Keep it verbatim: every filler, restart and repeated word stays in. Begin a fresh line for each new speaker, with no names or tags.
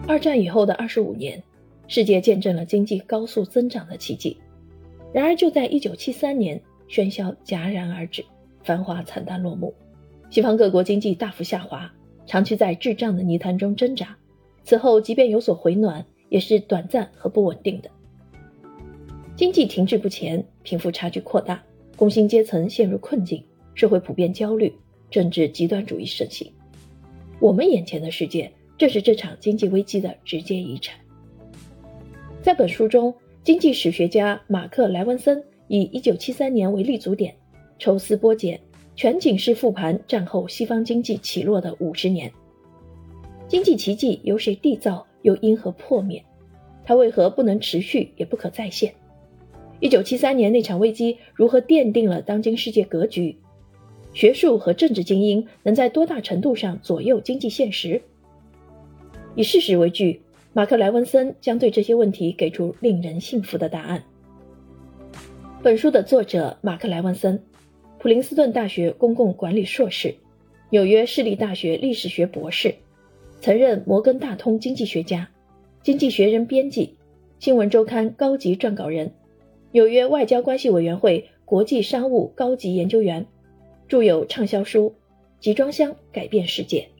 二战以后的二十五年，世界见证了经济高速增长的奇迹。然而就在一九七三年，喧嚣戛然而止，繁华惨淡落幕。西方各国经济大幅下滑，长期在滞胀的泥潭中挣扎，此后即便有所回暖，也是短暂和不稳定的。经济停滞不前，贫富差距扩大，工薪阶层陷入困境，社会普遍焦虑，政治极端主义盛行。我们眼前的世界，正是这场经济危机的直接遗产。在本书中，经济史学家马克·莱文森以一九七三年为立足点，抽丝剥茧，全景式复盘战后西方经济起落的五十年。经济奇迹由谁缔造，又因何破灭？它为何不能持续，也不可再现？一九七三年那场危机如何奠定了当今世界格局？学术和政治精英能在多大程度上左右经济现实？以事实为据，马克·莱文森将对这些问题给出令人信服的答案。本书的作者马克·莱文森，普林斯顿大学公共管理硕士，纽约市立大学历史学博士，曾任摩根大通经济学家、经济学人编辑、新闻周刊高级撰稿人，纽约外交关系委员会国际商务高级研究员，著有畅销书《集装箱改变世界》。